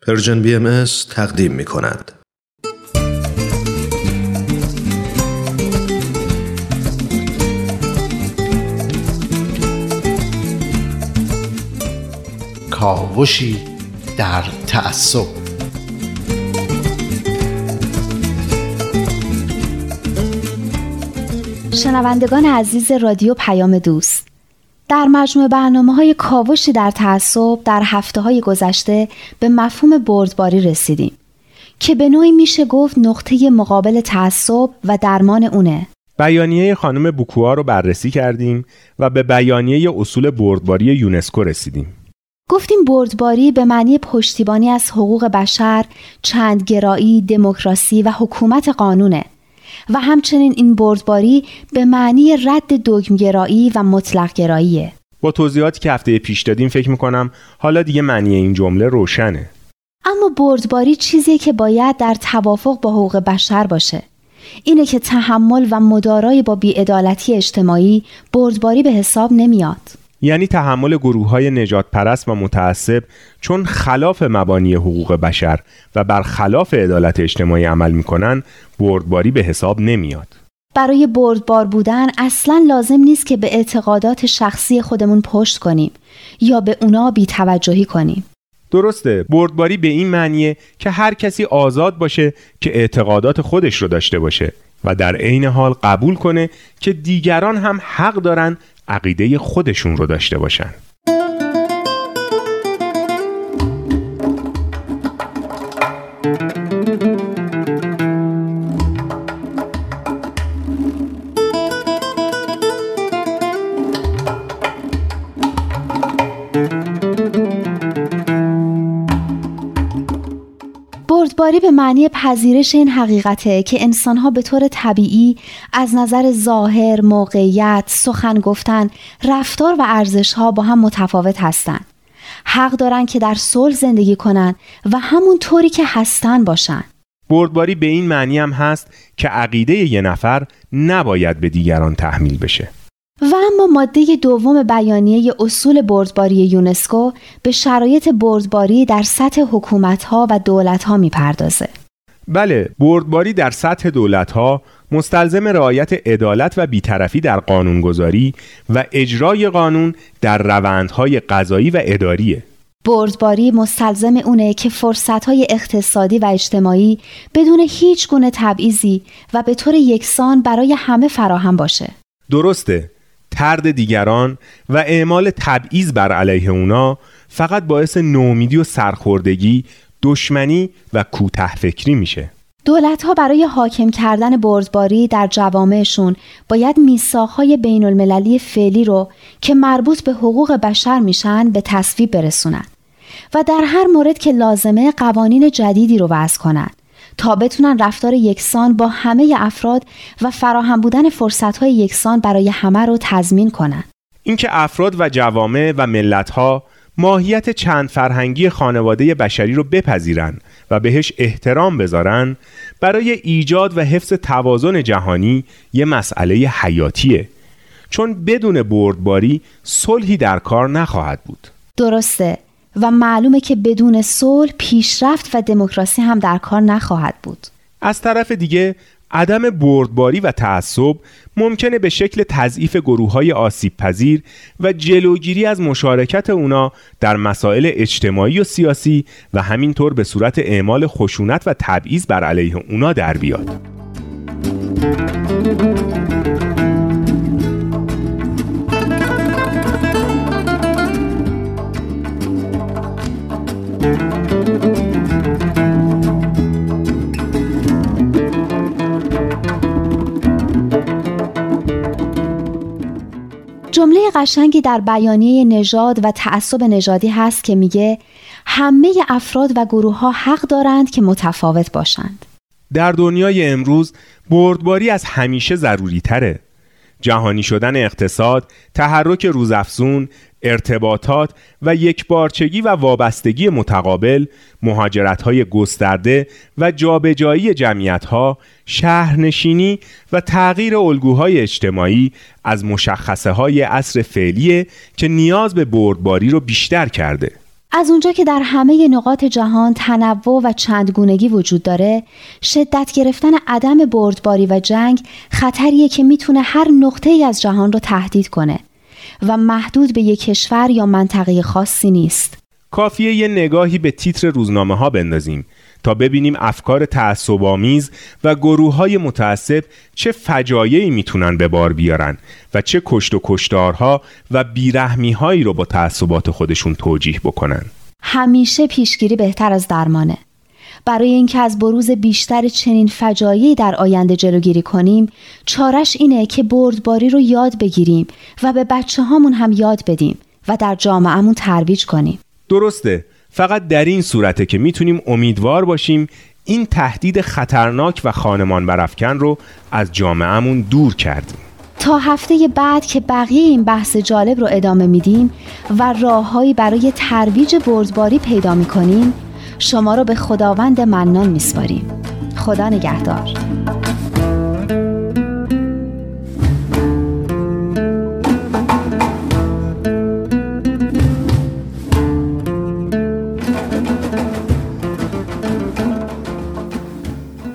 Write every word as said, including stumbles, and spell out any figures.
پرژن بی ام اس تقدیم می کند. کاوشی در تعصب. شنوندگان عزیز رادیو پیام دوست، در مجموع برنامه‌های کاوشی در تعصب در هفته‌های گذشته به مفهوم بردباری رسیدیم که به نوعی میشه گفت نقطه مقابل تعصب و درمان اونه. بیانیه خانم بوکوآ رو بررسی کردیم و به بیانیه اصول بردباری یونسکو رسیدیم. گفتیم بردباری به معنی پشتیبانی از حقوق بشر، چندگرایی، دموکراسی و حکومت قانونه و همچنین این بردباری به معنی رد دوگمگرایی و مطلق گراییه. با توضیحاتی که هفته پیش دادیم فکر میکنم حالا دیگه معنی این جمله روشنه. اما بردباری چیزیه که باید در توافق با حقوق بشر باشه. اینه که تحمل و مدارای با بی‌عدالتی اجتماعی بردباری به حساب نمیاد. یعنی تحمل گروه‌های نجات پرست و متعصب چون خلاف مبانی حقوق بشر و برخلاف عدالت اجتماعی عمل میکنن بردباری به حساب نمیاد. برای بردبار بودن اصلاً لازم نیست که به اعتقادات شخصی خودمون پشت کنیم یا به اونا بی‌توجهی کنیم. درسته، بردباری به این معنیه که هر کسی آزاد باشه که اعتقادات خودش رو داشته باشه و در عین حال قبول کنه که دیگران هم حق دارن عقیده خودشون رو داشته باشن. بردباری به معنی پذیرش این حقیقته که انسان‌ها به طور طبیعی از نظر ظاهر، موقعیت، سخن گفتن، رفتار و ارزش‌ها با هم متفاوت هستند. حق دارن که در صلح زندگی کنن و همون طوری که هستن باشن. بردباری به این معنی هم هست که عقیده یه نفر نباید به دیگران تحمیل بشه. و اما ماده دوم بیانیه اصول بردباری یونسکو به شرایط بردباری در سطح حکومت‌ها و دولت‌ها می‌پردازه. بله، بردباری در سطح دولت‌ها مستلزم رعایت عدالت و بی‌طرفی در قانونگذاری و اجرای قانون در روندهای قضایی و اداریه. بردباری مستلزم اونه که فرصت‌های اقتصادی و اجتماعی بدون هیچ گونه تبعیضی و به طور یکسان برای همه فراهم باشه. درسته. طرد دیگران و اعمال تبعیض بر علیه اونا فقط باعث نومیدی و سرخوردگی، دشمنی و کوته فکری میشه. دولت‌ها برای حاکم کردن بردباری در جوامعشون باید میثاق‌های بین‌المللی فعلی رو که مربوط به حقوق بشر میشن به تصویب برسونن و در هر مورد که لازمه قوانین جدیدی رو وضع کنن تا بتونن رفتار یکسان با همه افراد و فراهم بودن فرصت‌های یکسان برای همه رو تضمین کنن. اینکه افراد و جوامع و ملت‌ها ماهیت چند فرهنگی خانواده بشری رو بپذیرن و بهش احترام بذارن برای ایجاد و حفظ توازن جهانی یه مسئله حیاتیه، چون بدون بردباری صلحی در کار نخواهد بود. درسته و معلومه که بدون صلح پیشرفت و دموکراسی هم در کار نخواهد بود. از طرف دیگه عدم بردباری و تعصب ممکنه به شکل تضعیف گروه‌های آسیب پذیر و جلوگیری از مشارکت اونا در مسائل اجتماعی و سیاسی و همینطور به صورت اعمال خشونت و تبعیض بر علیه اونا در بیاد. جمله قشنگی در بیانیه نژاد و تعصب نژادی هست که میگه همه افراد و گروه‌ها حق دارند که متفاوت باشند. در دنیای امروز بردباری از همیشه ضروری تره. جهانی شدن اقتصاد، تحرک روزافزون، ارتباطات و یکبارچگی و وابستگی متقابل، مهاجرت‌های گسترده و جابجایی جمعیت‌ها، شهرنشینی و تغییر الگوهای اجتماعی از مشخصه‌های عصر فعلیه که نیاز به بردباری رو بیشتر کرده. از اونجا که در همه نقاط جهان تنوع و چندگونگی وجود داره، شدت گرفتن عدم بردباری و جنگ خطریه که میتونه هر نقطه‌ای از جهان رو تهدید کنه و محدود به یک کشور یا منطقه خاصی نیست. کافیه یه نگاهی به تیتر روزنامه ها بندازیم تا ببینیم افکار تعصب‌آمیز و گروه‌های متعصب چه فجایعی میتونن به بار بیارن و چه کشت و کشتارها و بیرحمی‌هایی رو با تعصبات خودشون توجیه بکنن. همیشه پیشگیری بهتر از درمانه. برای اینکه از بروز بیشتر چنین فجایعی در آینده جلوگیری کنیم، چارش اینه که بردباری رو یاد بگیریم و به بچه‌هامون هم یاد بدیم و در جامعه‌مون ترویج کنیم. درسته، فقط در این صورته که میتونیم امیدوار باشیم این تهدید خطرناک و خانمان برافکن رو از جامعهمون دور کردیم. تا هفته بعد که بقیه این بحث جالب رو ادامه میدیم و راههایی برای ترویج بردباری پیدا میکنیم، شما رو به خداوند منان میسپاریم. خدا نگهدار.